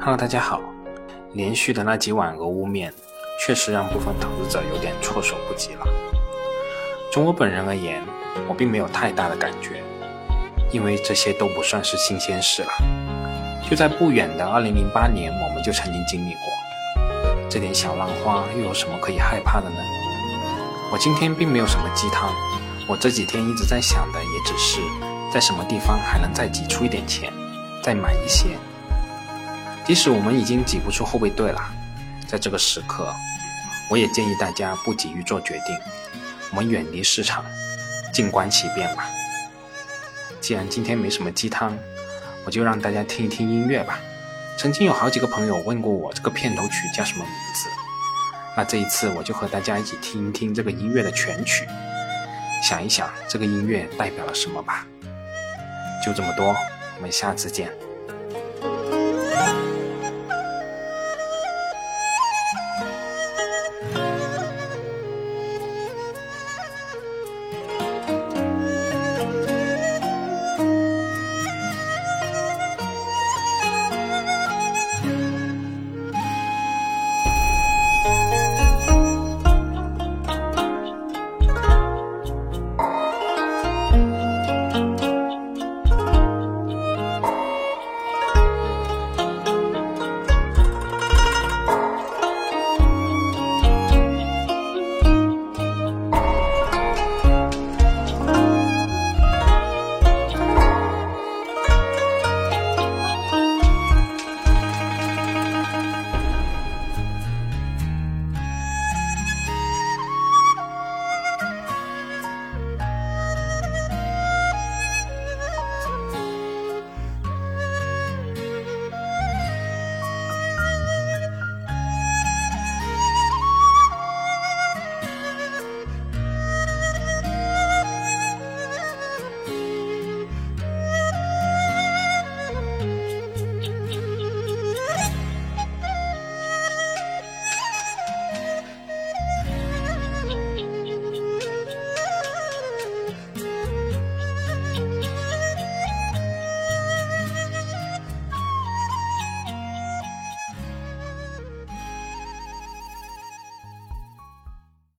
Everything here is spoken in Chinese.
Hello， 大家好。连续的那几碗俄乌面，确实让部分投资者有点措手不及了。从我本人而言，我并没有太大的感觉，因为这些都不算是新鲜事了。就在不远的2008年，我们就曾经经历过。这点小浪花又有什么可以害怕的呢？我今天并没有什么鸡汤，我这几天一直在想的也只是在什么地方还能再挤出一点钱，再买一些。即使我们已经挤不出后备队了，在这个时刻，我也建议大家不急于做决定，我们远离市场，静观其变吧。既然今天没什么鸡汤，我就让大家听一听音乐吧。曾经有好几个朋友问过我这个片头曲叫什么名字，那这一次我就和大家一起听一听这个音乐的全曲，想一想这个音乐代表了什么吧。就这么多，我们下次见。